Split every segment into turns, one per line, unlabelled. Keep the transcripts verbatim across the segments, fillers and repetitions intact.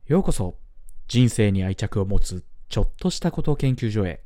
ようこそ人生に愛着を持つちょっとしたこと研究所へ。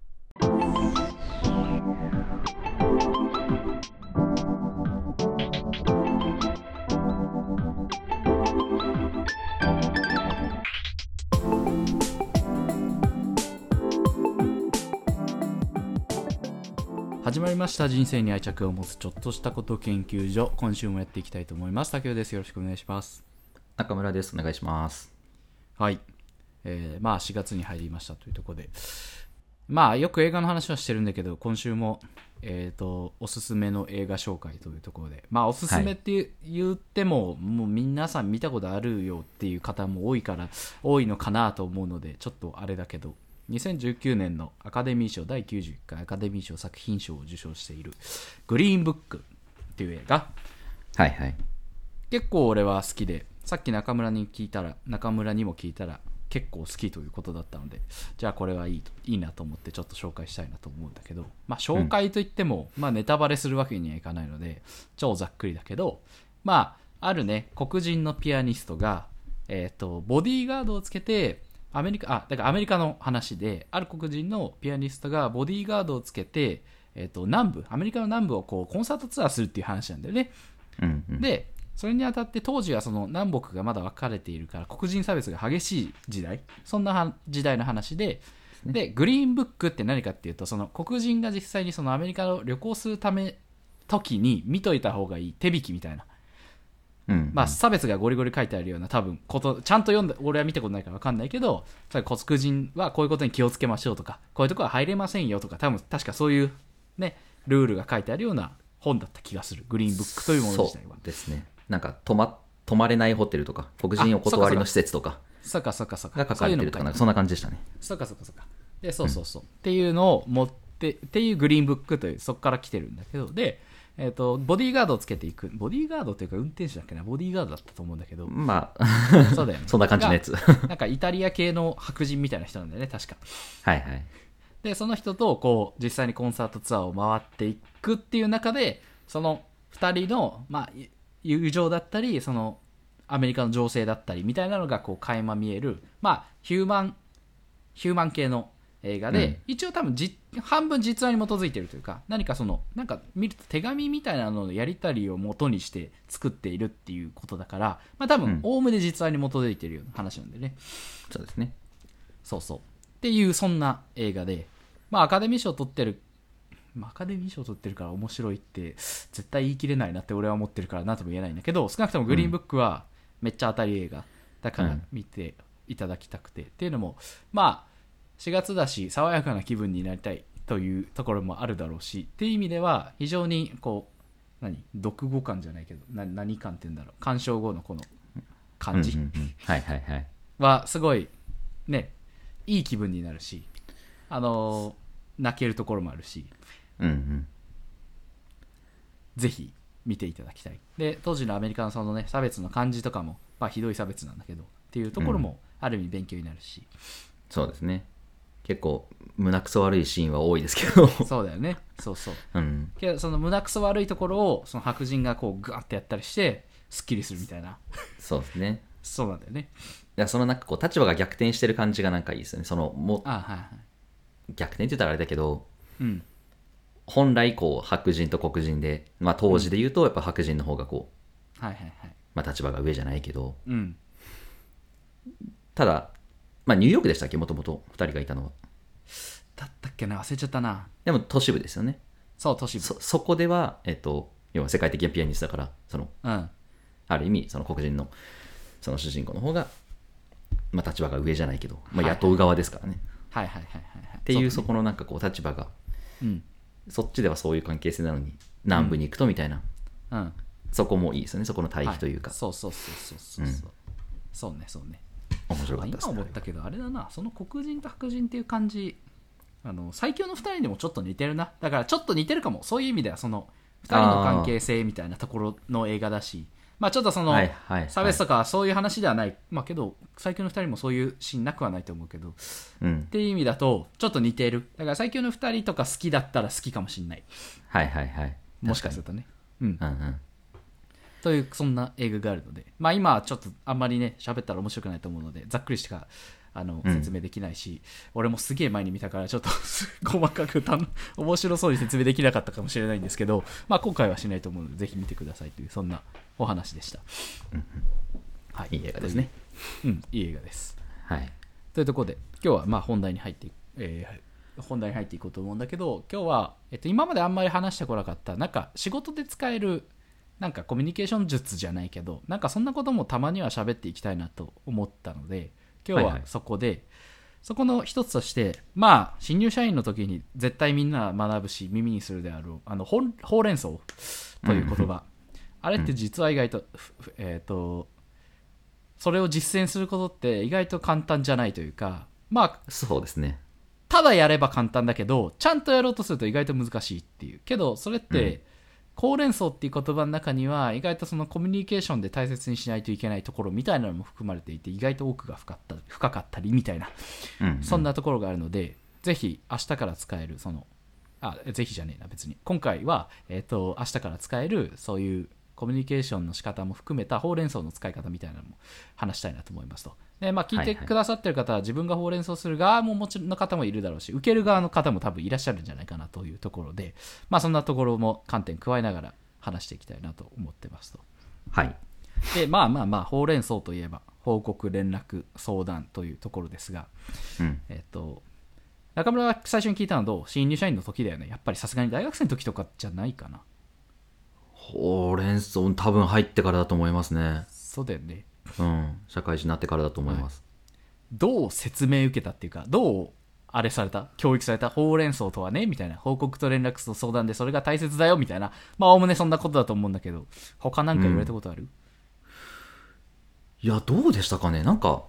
始まりました。人生に愛着を持つちょっとしたこと研究所、今週もやっていきたいと思います。竹雄です。よろしくお願いします。
中村です。お願いします。
はい、えー、まあしがつに入りましたというところで、まあよく映画の話はしてるんだけど、今週もえーとおすすめの映画紹介というところで、まあおすすめって言っても、はい、もう皆さん見たことあるよっていう方も多いから多いのかなと思うので、ちょっとあれだけど、にせんじゅうきゅうねんのアカデミー賞だいきゅうじゅういっかいアカデミー賞作品賞を受賞しているグリーンブックっていう映画、
はいはい、
結構俺は好きで、さっき中村に聞いたら中村にも聞いたら結構好きということだったので、じゃあこれはいいといいなと思ってちょっと紹介したいなと思うんだけど、まあ紹介といっても、うん、まあネタバレするわけにはいかないので超ざっくりだけど、まああるね黒人のピアニストがえっとボディーガードをつけてアメリカあだからアメリカの話で、ある黒人のピアニストがボディーガードをつけてえっと南部アメリカの南部をこうコンサートツアーするっていう話なんだよね。
うんうん、
でそれにあたって当時はその南北がまだ分かれているから黒人差別が激しい時代、そんな時代の話で、でグリーンブックって何かっていうと、その黒人が実際にそのアメリカを旅行するため時に見といた方がいい手引きみたいな、
うんうん、
まあ差別がゴリゴリ書いてあるような多分ことちゃんと読んだ俺は見たことないから分かんないけど、黒人はこういうことに気をつけましょうとか、こういうところは入れませんよとか、多分確かそういうねルールが書いてあるような本だった気がする、グリーンブックというもの自体は。
そうですね。なんか泊ま、泊まれないホテルとか黒人お断りの施設とか
そっかそっかそっか
が書かれてるとか、なんかそんな感じでしたね。
そっかそっかそっかでそうそうそう、うん、っていうのを持ってっていうグリーンブックという、そこから来てるんだけど、で、えーと、ボディーガードをつけていく、ボディーガードっていうか運転手だっけな、ボディーガードだったと思うんだけど、
まあ
そうだよね
そんな感じのやつ
なんかイタリア系の白人みたいな人なんだよね確か。
はいはい。
でその人とこう実際にコンサートツアーを回っていくっていう中で、そのふたりの、まあ、友情だったりそのアメリカの情勢だったりみたいなのがこう垣間見える、まあ、ヒューマンヒューマン系の映画で、うん、一応多分じ半分実話に基づいているというか、何かそのなんか見ると手紙みたいなののやり取りを元にして作っているっていうことだから、まあ、多分おおむね実話に基づいているような話なんでね、
うん、そうですね。
そうそうっていうそんな映画で、まあアカデミー賞を取ってるアカデミー賞を取ってるから面白いって絶対言い切れないなって俺は思ってるから何とも言えないんだけど、少なくともグリーンブックはめっちゃ当たり映画だから見ていただきたくて、うん、っていうのもまあしがつだし爽やかな気分になりたいというところもあるだろうし、っていう意味では非常にこう何読後感じゃないけどな何感って言うんだろう、鑑賞後のこの感じはすごいねいい気分になるし、あの泣けるところもあるし、
うんうん、
ぜひ見ていただきたい。で当時のアメリカのそのね差別の感じとかも、まあ、ひどい差別なんだけどっていうところもある意味勉強になるし、うん、
そうですね。結構胸くそ悪いシーンは多いですけど
そうだよね、そうそう、
うん、
けどその胸くそ悪いところをその白人がこうグワッてやったりしてスッキリするみたいな
そうですね。
そうなんだよね。
いやそのなんかこう立場が逆転してる感じがなんかいいですよね。そのも
あ、はいはい、
逆転って言ったらあれだけど、
うん、
本来こう白人と黒人で、まあ、当時で言うとやっぱ白人の方がこう、
うん、はいはいはい、
まあ、立場が上じゃないけど、
うん、
ただ、まあ、ニューヨークでしたっけ、もともとふたりがいたのは。
だったっけな、忘れちゃったな。
でも都市部ですよね。
そう都市部。
そ, そこでは、えっと、要は世界的なピアニストだから、その、
うん、
ある意味その黒人のその主人公の方が、まあ、立場が上じゃないけど、まあ、雇う側ですからね。
はいはいはいはいはい。
っていうそこのなんかこう立場が、
うん、
そっちではそういう関係性なのに南部に行くとみたいな、
うんうん、
そこもいいですよね、そこの対比というか、
はい、そうそうそうそうそう、うん、そうねそうね、
面白かったですね。
今思ったけどあれだな、その黒人と白人っていう感じ、あの最強のふたりにもちょっと似てるな。だからちょっと似てるかも、そういう意味ではそのふたりの関係性みたいなところの映画だし、まあちょっとその、はいはいはい、差別とかそういう話ではない、まあけど最強のふたりもそういうシーンなくはないと思うけど、うん、っていう意味だとちょっと似てる。だから最強のふたりとか好きだったら好きかもしんない。
はいはいはい。
もしかするとね。うん。うんうん。 というそんな映画があるので、まあ今はちょっとあんまりね喋ったら面白くないと思うのでざっくりしかあの
うん
説明できないし、俺もすげえ前に見たからちょっと細かくたの面白そうに説明できなかったかもしれないんですけど、まあ今回はしないと思うのでぜひ見てくださいというそんなお話でした。はい、
いい映画ですね。
うん、いい映画です。
はい。
というところで今日はまあ本題に入っていく、えー本題に入っていこうと思うんだけど、今日は、えっと、今まであんまり話してこなかったなんか仕事で使えるなんかコミュニケーション術じゃないけどなんかそんなこともたまには喋っていきたいなと思ったので今日はそこで、はいはい、そこの一つとしてまあ新入社員の時に絶対みんな学ぶし耳にするであろうあのほうほうれん草という言葉、うん、あれって実は意外と、うん、えっとそれを実践することって意外と簡単じゃないというか、まあ
そうですね、
ただやれば簡単だけどちゃんとやろうとすると意外と難しいっていうけどそれって、うん、ほうれん草っていう言葉の中には意外とそのコミュニケーションで大切にしないといけないところみたいなのも含まれていて意外と奥が深かった深かったりみたいな、うんうん、そんなところがあるのでぜひ明日から使えるそのあぜひじゃねえな別に今回は、えーと、明日から使えるそういうコミュニケーションの仕方も含めたほうれん草の使い方みたいなのも話したいなと思いますと。で、まあ、聞いてくださってる方は、はいはい、自分がほうれん草する側ももちろんの方もいるだろうし受ける側の方も多分いらっしゃるんじゃないかなというところで、まあ、そんなところも観点加えながら話していきたいなと思ってますと。
はい。
でまあまあまあほうれん草といえば報告連絡相談というところですが、
うん
えっと中村が最初に聞いたのはどう新入社員の時だよね。やっぱりさすがに大学生の時とかじゃないかな。
ほうれん草多分入ってからだと思いますね。
そうだよね。
うん社会人になってからだと思います、はい、
どう説明受けたっていうかどうあれされた教育されたほうれん草とはねみたいな報告と連絡と相談でそれが大切だよみたいなまあおおむねそんなことだと思うんだけど他なんか言われたことある、うん、
いやどうでしたかね。なんか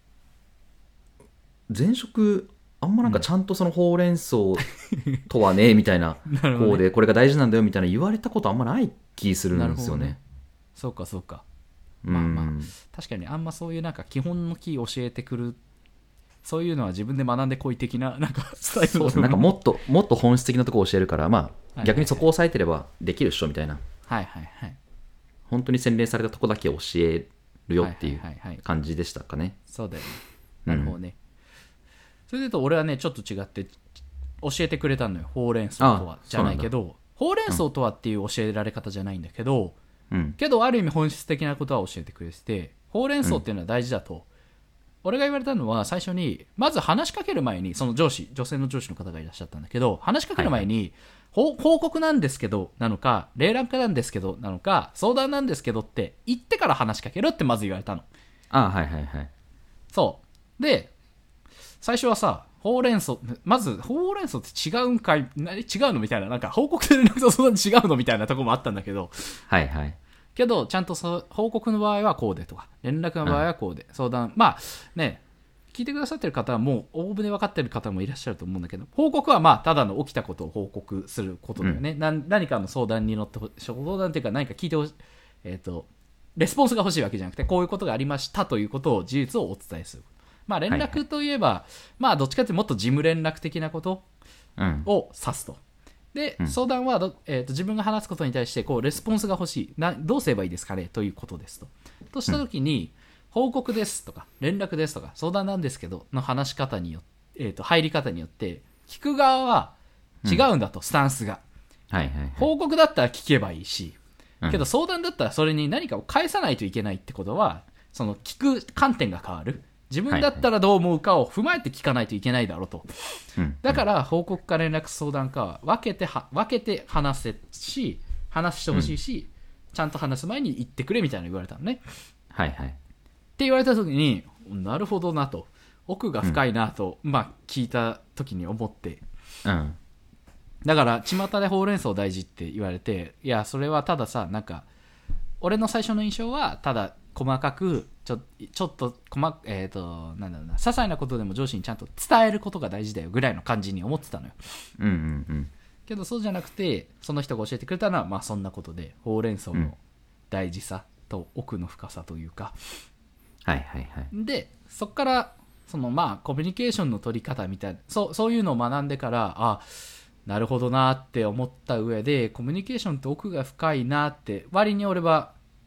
前職あんまなんかちゃんとそのほうれん草とはねみたいなこうでこれが大事なんだよみたいな言われたことあんまない気するんですよ ね, ね
そうかそうかまあまあ確かにあんまそういうなんか基本のキー教えてくるそういうのは自分で学んでこい的ななんかスタイルの
そうなんかもっともっと本質的なところを教えるからまあ、はいはいはい、逆にそこを押さえてればできるっしょみたいな
はいはいはい
本当に洗練されたとこだけ教えるよっていう感じでしたかね、はいはいはいはい、
そうだよねなるほどね、うん、それで言うと俺はねちょっと違って教えてくれたのよほうれん草とはじゃないけどほうれん草とはっていう教えられ方じゃないんだけど、うん、けどある意味本質的なことは教えてくれててほうれん草っていうのは大事だと、うん、俺が言われたのは最初にまず話しかける前にその上司女性の上司の方がいらっしゃったんだけど話しかける前に、はいはい、報告なんですけどなのか例覧なんですけどなのか相談なんですけどって言ってから話しかけるってまず言われたの。
あはいはいはい
そうで最初はさほうれん草まずほうれん草って違うんかい何違うのみたいななんか報告と連絡と相談違うのみたいなところもあったんだけど
はいはい
けどちゃんとそ報告の場合はこうでとか連絡の場合はこうで、うん、相談まあね聞いてくださってる方はもうおおむね分かってる方もいらっしゃると思うんだけど報告はまあただの起きたことを報告することだよね、うん、な何かの相談に乗って相談っていうか何か聞いてほしいえっ、ー、とレスポンスが欲しいわけじゃなくてこういうことがありましたということを事実をお伝えする。まあ連絡といえば、はいはい、まあどっちかというともっと事務連絡的なことを指すと、うんで、うん、相談はど、えーと、自分が話すことに対してこうレスポンスが欲しいなどうすればいいですかねということですととしたときに、うん、報告ですとか連絡ですとか相談なんですけどの話し方によって、えーと、入り方によって聞く側は違うんだと、うん、スタンスが、はいはいはい、報告だったら聞けばいいし、うん、けど相談だったらそれに何かを返さないといけないってことはその聞く観点が変わる自分だったらどう思うかを踏まえて聞かないといけないだろうと、はいはい、だから報告か連絡相談かは分けては分けて話せし話してほしいし、うん、ちゃんと話す前に言ってくれみたいな言われたのね、
はいはい、って
言われた時になるほどなと奥が深いなと、うん、まあ聞いた時に思って、うん、だから巷でほうれん草大事って言われていやそれはたださなんか俺の最初の印象はただ細かくちょ、ちょっと細、えーと、なんだろうな些細なことでも上司にちゃんと伝えることが大事だよぐらいの感じに思ってたのよ、うんうんうん、けどそうじゃなくてその人が教えてくれたのはまあそんなことでほうれん草の大事さと奥の深さというか、
うん、はいはいはい
でそっからそのまあコミュニケーションの取り方みたいな そ, そういうのを学んでからあなるほどなって思った上でコミュニケーションって奥が深いなって割に俺は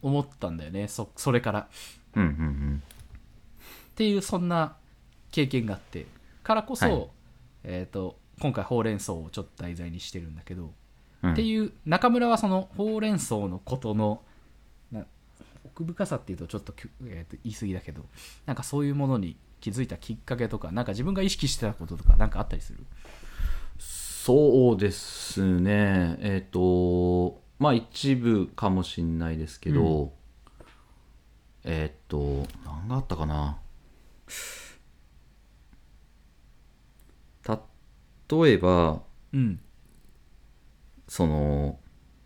思ったんだよね、そそれから
うんうんうん
っていう、そんな経験があってからこそ、
はい
えー、と今回ほうれん草をちょっと題材にしてるんだけど、
うん
っていう中村はそのほうれん草のことのな奥深さっていうとちょっと、えー、と言い過ぎだけど、なんかそういうものに気づいたきっかけとか、なんか自分が意識してたこととかなんかあったりする？
そうですね。えっ、と、まあ一部かもしんないですけど、えっ、と、何があったかな。例えば、
うん
その、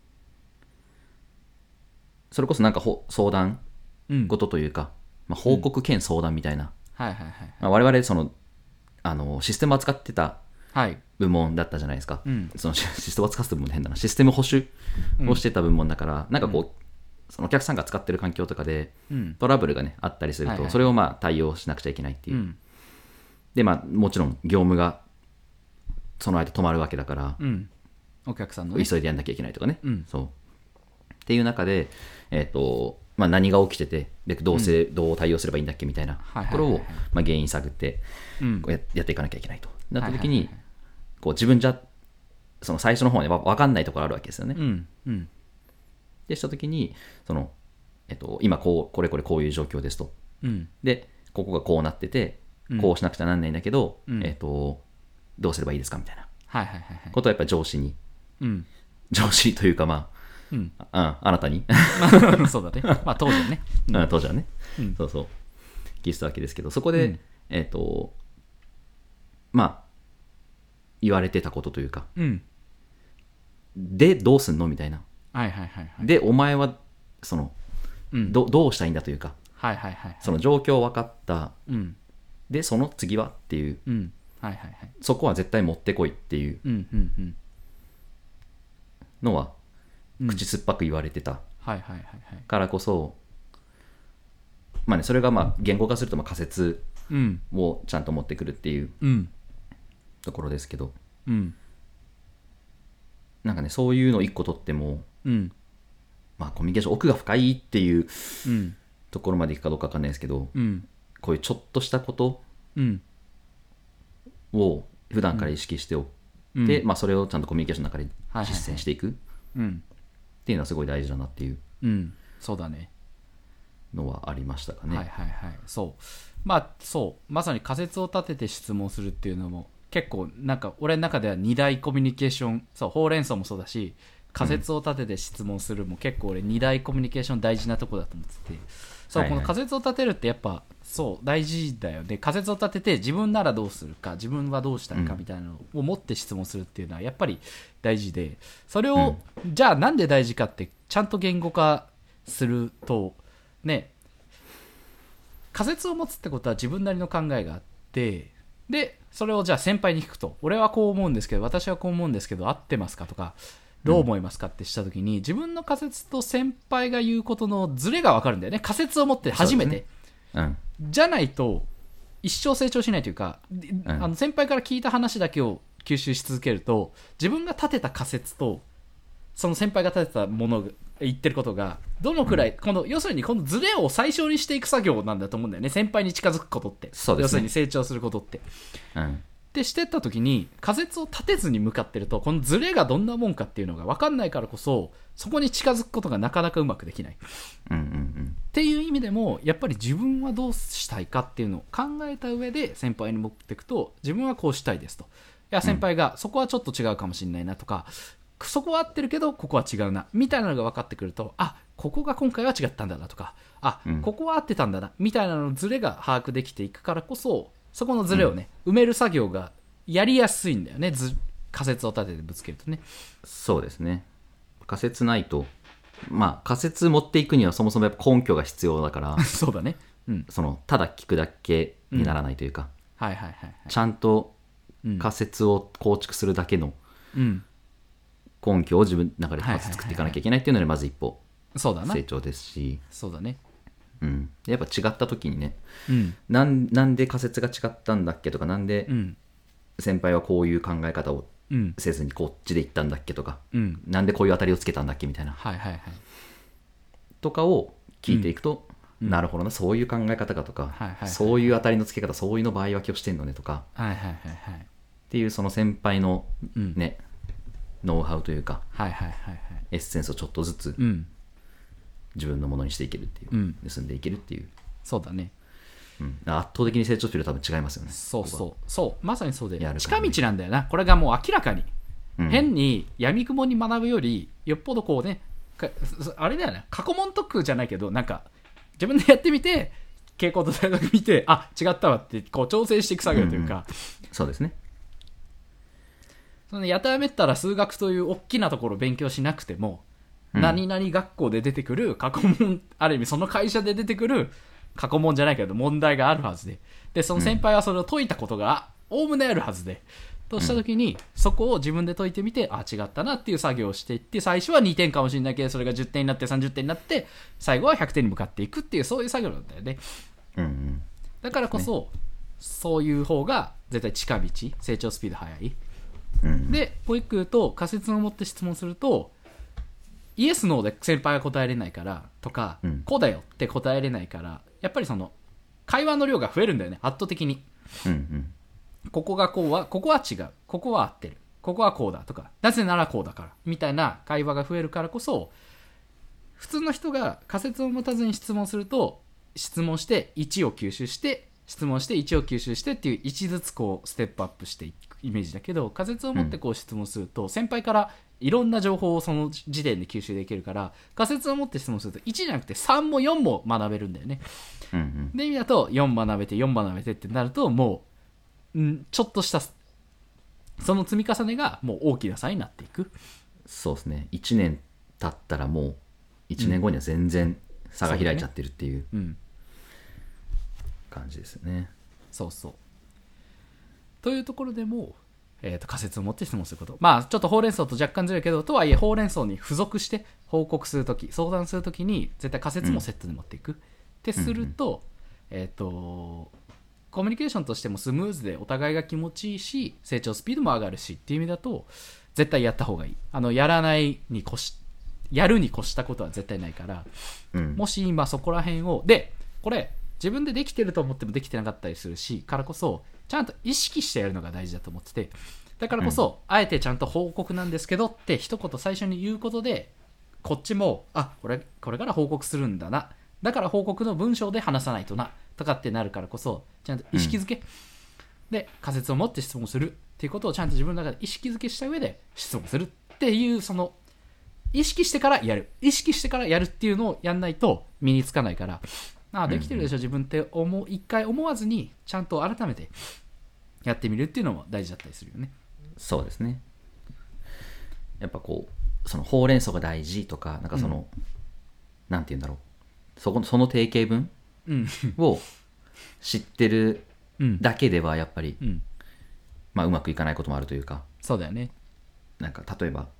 それこそなんかほ相談
うん
事というか、まあ、報告兼相談みたいな。
はいはいはい
まあ、我々、その、あの、システムを扱ってた
はい
部門だったじゃないですか。
うん
そのシシステムを扱ってた部門って変だな。システム保守をしてた部門だから、なんかこう、そのお客さんが使ってる環境とかで
うん
トラブルがね、あったりすると、
はいはい
それをまあ対応しなくちゃいけないっていうう。
ん
で、まあ、もちろん業務がその間止まるわけだから、
うんお客さんのね
急いでやんなきゃいけないとかね。
うん
そう。っていう中で、えっ、と、まあ、何が起きてて、でどうせ、どう対応すればいいんだっけみたいな
はい
ところを
はいはいはい
まあ原因探って
うん
こうややっていかなきゃいけないと。なった時に
はいはいはいはい、
こう自分じゃ、その最初の方はね、わわかんないところあるわけですよね。
うんうん
で、した時に、その、えっと、今こう、これこれこういう状況ですと。
うん
で、ここがこうなってて
うん、
こうしなくちゃなんないんだけど、
うん
えっと、どうすればいいですかみたいな
はいはいはいはい
ことをやっぱり上司に、
うん
上司というかま
うん
あ、うん、あなたに、
そうだね。まあ当時はね。うん
うん当時はね、
うん
そうそう、聞いてたわけですけど、そこで、
うん
えっと、まあ、言われてたことというか、
うん。
で、どうすんのみたいな。
はいはいはいはい。
で、お前は、その、
うん、
どどうしたいんだというか、
はいはいはいはい。
その状況分かった、
うん
で、その次はっていう、
うん。はいはいはい。
そこは絶対持ってこいっていう
うんうんうん。
のは、
うん
口酸っぱく言われてた
はいはいはいはい。
からこそ、まあね、それがまあ言語化するとまあ仮説
うん
をちゃんと持ってくるっていう
うん
ところですけど、
うん
なんかね、そういうのを一個取っても、
うん
まあコミュニケーション奥が深いっていう
うん
ところまでいくかどうかわかんないですけど、
うん
こういうちょっとしたこと
うん
を普段から意識してお
うん
って、まあそれをちゃんとコミュニケーションの中で
はいはいはい
実践していくっ
うん
ていうのはすごい大事だなっていう
うんそうだね。
のはありましたかね。
はいはいはい。そうまあそうまさに仮説を立てて質問するっていうのも結構なんか俺の中では二大コミュニケーション、そうほうれん草もそうだし仮説を立てて質問するも結構俺二大コミュニケーション大事なとこだと思ってて、そう、
はいはい
この仮説を立てるってやっぱそう大事だよね。仮説を立てて自分ならどうするか、自分はどうしたいかみたいなのを持って質問するっていうのはやっぱり大事で、それを、じゃあなんで大事かってちゃんと言語化するとね、仮説を持つってことは自分なりの考えがあって、でそれをじゃあ先輩に聞くと、俺はこう思うんですけど私はこう思うんですけど合ってますかとかどう思いますかってした時に、自分の仮説と先輩が言うことのズレが分かるんだよね。仮説を持って初めて、
うん。
じゃないと一生成長しないというか、
ん
あの先輩から聞いた話だけを吸収し続けると、自分が立てた仮説とその先輩が立てたものが言ってることがどのくらい、この要するにこのズレを最小にしていく作業なんだと思うんだよね、先輩に近づくことって。
そうですね
要するに成長することって
うん。
でしてった時に仮説を立てずに向かってると、このズレがどんなもんかっていうのが分かんないからこそ、そこに近づくことがなかなかうまくできない
うんうんうん。
っていう意味でも、やっぱり自分はどうしたいかっていうのを考えた上で先輩に持っていくと、自分はこうしたいですと、いや先輩がそこはちょっと違うかもしれないなとか、そこは合ってるけどここは違うなみたいなのが分かってくると、あ、ここが今回は違ったんだなとか、あ、
うん
ここは合ってたんだなみたいなのズレが把握できていくからこそ、そこのズレをね、埋める作業がやりやすいんだよね。ず仮説を立ててぶつけるとね。
そうですね。仮説ないと、まあ仮説持っていくにはそもそもやっぱ根拠が必要だから
そうだね。うん。
そのただ聞くだけにならないというか、
はいはいはいはい。
ちゃんと
うん。
仮説を構築するだけの
うん。
根拠を自分の中でまず作っていかなきゃいけないっていうのでまず一歩
そうだな。
成長ですし、
そうだね。
うん、やっぱ違った時にね、
うん。
なんなんで仮説が違ったんだっけとか、なんで
うん。
先輩はこういう考え方を
うん。
せずにこっちで行ったんだっけとか、
うん。
なんでこういう当たりをつけたんだっけみたいなっ
はいはいはい。
とかを聞いていくと、
うん、
なるほどな、そういう考え方かとか、
はいはいはい、
そういう当たりのつけ方、そういうの場合分けをしてんのねとか、
はいはいはいはい、
っていうその先輩の
うん
ね、ノウハウというか、
はいはいはいはい、
エッセンスをちょっとずつ
うん
自分のものにしていけるっていう、
うん、
盗んでいけるっていう、
そうだね、
うん、圧倒的に成長スピード多分違いますよね。
そうそうそう、まさにそうで、
やる
近道なんだよな、これがもう明らかに、
うん、
変に闇雲に学ぶよりよっぽどこうね、かあれだよね、過去問特訓じゃないけど、なんか自分でやってみて傾向と対策見て、あ違ったわってこう調整していく作業というか、
うんうん、そうですね。
そのやたらめったら数学という大きなところを勉強しなくても、
うん、
何々学校で出てくる過去問、ある意味その会社で出てくる過去問じゃないけど問題があるはずで、でその先輩はそれを解いたことがおおむねあるはずで、とした時にそこを自分で解いてみて、あ違ったなっていう作業をしていって、最初はにてんかもしれないけどそれがじゅってんになってさんじゅってんになって最後はひゃくてんに向かっていくっていう、そういう作業なんだよね。
うんうん、
だからこそ、ね、そういう方が絶対近道、成長スピード速い、うん、でもう一個言うと、仮説を持って質問するとイエスノーで先輩は答えれないからとか、うん、こうだよって答えれないから、やっぱりその会話の量が増えるんだよね、圧倒的に、うんうん、ここがこうは、ここは違う、ここは合ってる、ここはこうだとか、なぜならこうだからみたいな会話が増えるからこそ、普通の人が仮説を持たずに質問すると、質問していちを吸収して質問していちを吸収してっていういちずつこうステップアップしていくイメージだけど、仮説を持ってこう質問すると先輩からいろんな情報をその時点で吸収できるから、仮説を持って質問するといちじゃなくてさんもよんも学べるんだよね、うんうん、で意味だとよん学べてよん学べてってなると、もう、ん、ちょっとしたその積み重ねがもう大きな差になっていく。
そうですね、いちねん経ったらもういちねんごには全然差が開いちゃってるっていう感じですよね。
そうそう、というところでも、えー、と仮説を持って質問すること、まあちょっとほうれん草と若干ずれるけど、とはいえほうれん草に付属して報告するとき、相談するときに絶対仮説もセットで持っていく、うん、ってすると、うんうん、えっ、ー、とコミュニケーションとしてもスムーズでお互いが気持ちいいし、成長スピードも上がるしっていう意味だと絶対やった方がいい。あのやらないに越しやるに越したことは絶対ないから、うん、もし今そこら辺をで、これ自分でできてると思ってもできてなかったりするし、からこそちゃんと意識してやるのが大事だと思ってて、だからこそ、うん、あえてちゃんと報告なんですけどって一言最初に言うことで、こっちもあこれこれから報告するんだな、だから報告の文章で話さないとなとかってなるからこそ、ちゃんと意識づけ、うん、で仮説を持って質問するっていうことをちゃんと自分の中で意識づけした上で質問するっていう、その意識してからやる意識してからやるっていうのをやんないと身につかないから、あできてるでしょ、うん、自分って思う一回思わずにちゃんと改めてやってみるっていうのも大事だったりするよね。
そうですね、やっぱこうそのほうれん草が大事とか、なんかその、うん、なんて言うんだろう、そこその定型文を知ってるだけではやっぱり、うん、まあうまくいかないこともあるというか。
そうだよね。
なんか例えば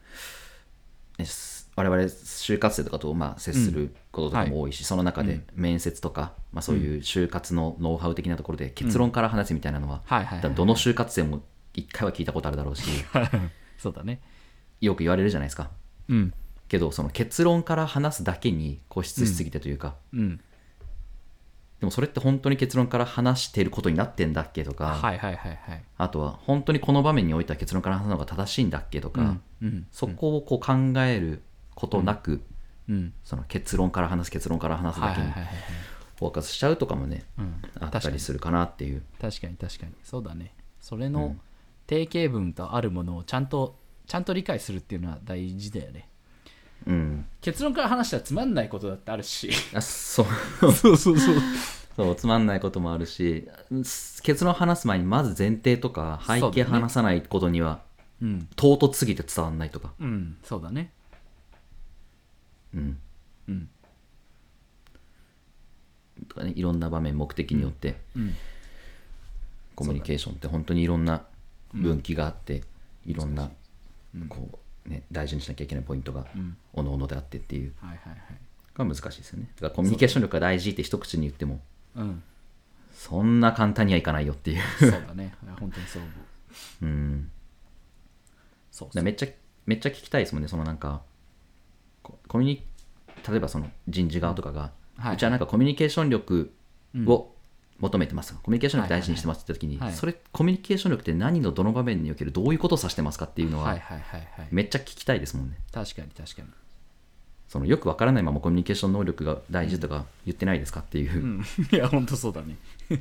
我々就活生とかとまあ接することとかも多いし、うんはい、その中で面接とか、まあ、そういう就活のノウハウ的なところで結論から話すみたいなのは、どの就活生も一回は聞いたことあるだろうし
そうだね、
よく言われるじゃないですか、
うん、
けどその結論から話すだけに固執しすぎてというか、
うんうん、
でもそれって本当に結論から話していることになってんだっけとか、
はいはいはいはい、
あとは本当にこの場面においては結論から話すのが正しいんだっけとか、うんうん、そこをこう考えることなく、うん、その結論から話す結論から話すだけにフォーカスしちゃうとかもね、うん、あったりするかなっていう。
確かに確かにそうだね。それの定型文とあるものをちゃんとちゃんと理解するっていうのは大事だよね。
うん、
結論から話したらつまんないことだってあるし
あそう
そうそうそう
そうつまんないこともあるし、結論話す前にまず前提とか背景話さないことには、ね、うん、唐突すぎて伝わんないとか、
うん、そうだね、
うん
うん、
とかね、いろんな場面目的によって、うんうん、コミュニケーションって本当にいろんな分岐があって、うん、いろんなこう、ね、大事にしなきゃいけないポイントがおのおのであってっていう、
はいはいはい、
が難しいですよね。だからコミュニケーション力が大事って一口に言っても、
うん、
そんな簡単にはいかないよっていう
そうだね、本当にそう思う。
うん、そうそうめっちゃめっちゃ聞きたいですもんね。そのなんかコミュニ例えばその人事側とかが、
はいう
ちはなんかコミュニケーション力を求めてます、コミュニケーション力大事にしてますって時に、
はいはいはい
それコミュニケーション力って何のどの場面におけるどういうことを指してますかっていうの
はい
は
はいはいはい
めっちゃ聞きたいですもんね。
確かに確かに
そのよくわからないままコミュニケーション能力が大事とか言ってないですかっていう、
うんいや本当そうだね
うん、い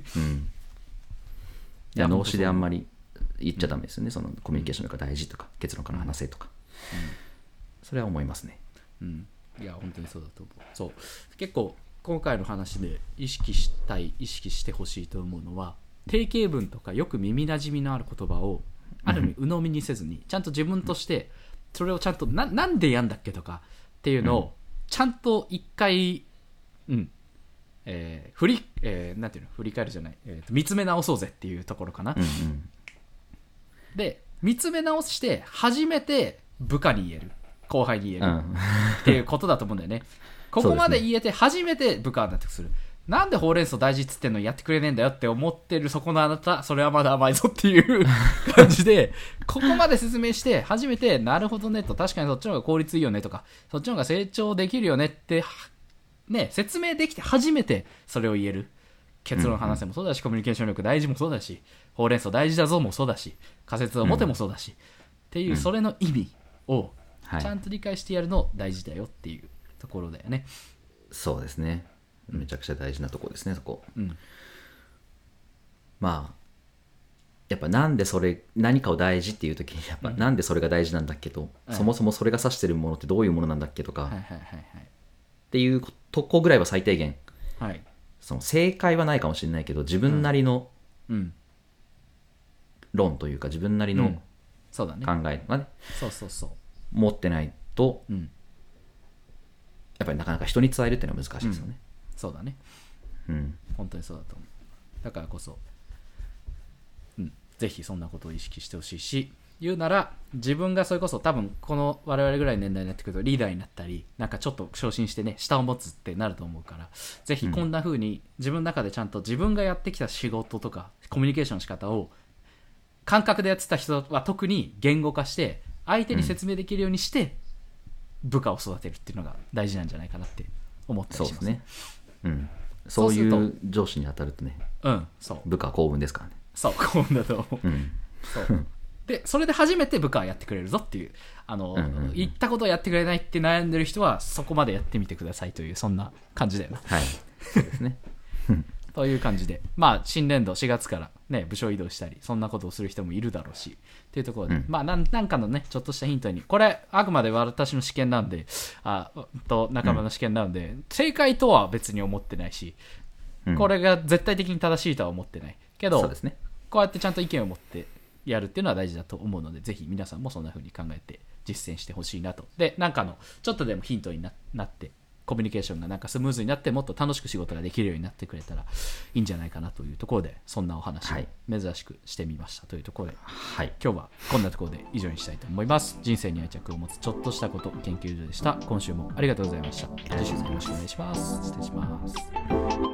や
いや
脳死であんまり言っちゃダメですよね、そのコミュニケーション力が大事とか結論から話せとか、それは思いますね。
うんいや本当にそうだと思う。そう結構今回の話で意識したい意識してほしいと思うのは、定型文とかよく耳なじみのある言葉をある意味鵜呑みにせずに、ちゃんと自分としてそれをちゃんと な, なんでやんだっけとかっていうのをちゃんと一回、うんえー振りえーなんていうの振り返るじゃない、えーと見つめ直そうぜっていうところかな、
うんうん、
で見つめ直して初めて部下に言える、後輩に言える、
うん、
っていうことだと思うんだよね。ここまで言えて初めて部下になってくる。なんでほうれん草大事っつってんのにやってくれねえんだよって思ってるそこのあなた、それはまだ甘いぞっていう感じで、ここまで説明して初めてなるほどねと、確かにそっちの方が効率いいよねとか、そっちの方が成長できるよねってね、説明できて初めてそれを言える。結論話せもそうだし、コミュニケーション力大事もそうだし、ほうれん草大事だぞもそうだし、仮説を持てもそうだし、っていうそれの意味をちゃんと理解してやるの大事だよっていうところだよね。
そうですね、めちゃくちゃ大事なところですね、そこ。
うん、
まあやっぱなんでそれ何かを大事っていう時にやっぱなんでそれが大事なんだっけと、
うん、
そもそもそれが指してるものってどういうものなんだっけとか、
はいはいはい
っていうとこぐらいは最低限、
はい、はい、
その正解はないかもしれないけど自分なりの
うん
論というか自分なりの
うん、そうだね、
考えはね、
そうそうそう、
持ってないと
うん、
やっぱりなかなか人に伝えるっていうのは難しいですよね。
そうだね、
うん、
本当にそうだと思う。だからこそ、うん、ぜひそんなことを意識してほしいし、言うなら自分がそれこそ多分この我々ぐらいの年代になってくるとリーダーになったりなんかちょっと昇進してね下を持つってなると思うから、ぜひこんな風に自分の中でちゃんと自分がやってきた仕事とかコミュニケーションの仕方を感覚でやってた人は特に言語化して相手に説明できるようにして部下を育てるっていうのが大事なんじゃないかなって思ったりしますね。
うん、そういう上司に当たるとね、
うん、そう
部下は幸運ですからね。
そう幸運だと思う、
うん、
そうでそれで初めて部下はやってくれるぞっていうあの、うんうんうん、言ったことをやってくれないって悩んでる人はそこまでやってみてくださいというそんな感じだよな。
はい、そうですね
という感じで、まあ新年度しがつから、ね、部署移動したりそんなことをする人もいるだろうしというところで、うん、まあなんなんかのねちょっとしたヒントに、これあくまで私の試験なんであと仲間の試験なんで、うん、正解とは別に思ってないし、うん、これが絶対的に正しいとは思ってないけど、
そうですね、
こうやってちゃんと意見を持ってやるっていうのは大事だと思うので、ぜひ皆さんもそんな風に考えて実践してほしいなと。でなんかのちょっとでもヒントに な, なってコミュニケーションがなんかスムーズになってもっと楽しく仕事ができるようになってくれたらいいんじゃないかなというところで、そんなお話を珍しくしてみましたというところで、
はい、
今日はこんなところで以上にしたいと思います。人生に愛着を持つちょっとしたこと研究所でした。今週もありがとうございました。次週もよろしくお願いします。失礼します。